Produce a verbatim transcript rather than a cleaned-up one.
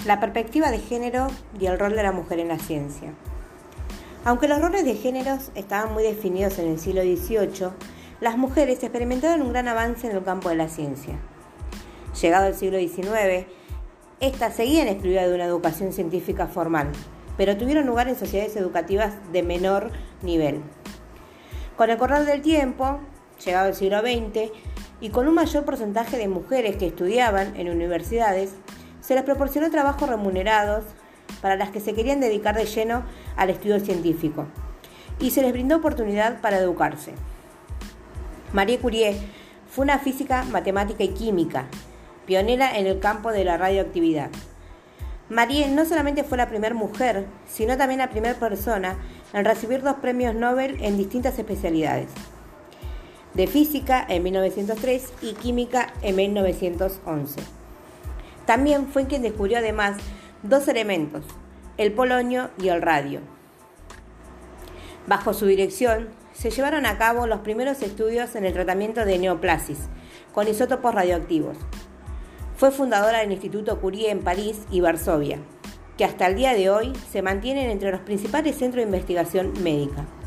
La perspectiva de género y el rol de la mujer en la ciencia. Aunque los roles de géneros estaban muy definidos en el siglo dieciocho, las mujeres experimentaron un gran avance en el campo de la ciencia. Llegado el siglo diecinueve, estas seguían excluidas de una educación científica formal, pero tuvieron lugar en sociedades educativas de menor nivel. Con el correr del tiempo, llegado el siglo veinte, y con un mayor porcentaje de mujeres que estudiaban en universidades, se les proporcionó trabajos remunerados para las que se querían dedicar de lleno al estudio científico, y se les brindó oportunidad para educarse. Marie Curie fue una física, matemática y química, pionera en el campo de la radioactividad. Marie no solamente fue la primera mujer, sino también la primera persona en recibir dos premios Nobel en distintas especialidades, de física en mil novecientos tres y química en mil novecientos once. También fue quien descubrió además dos elementos, el polonio y el radio. Bajo su dirección se llevaron a cabo los primeros estudios en el tratamiento de neoplasis con isótopos radioactivos. Fue fundadora del Instituto Curie en París y Varsovia, que hasta el día de hoy se mantienen entre los principales centros de investigación médica.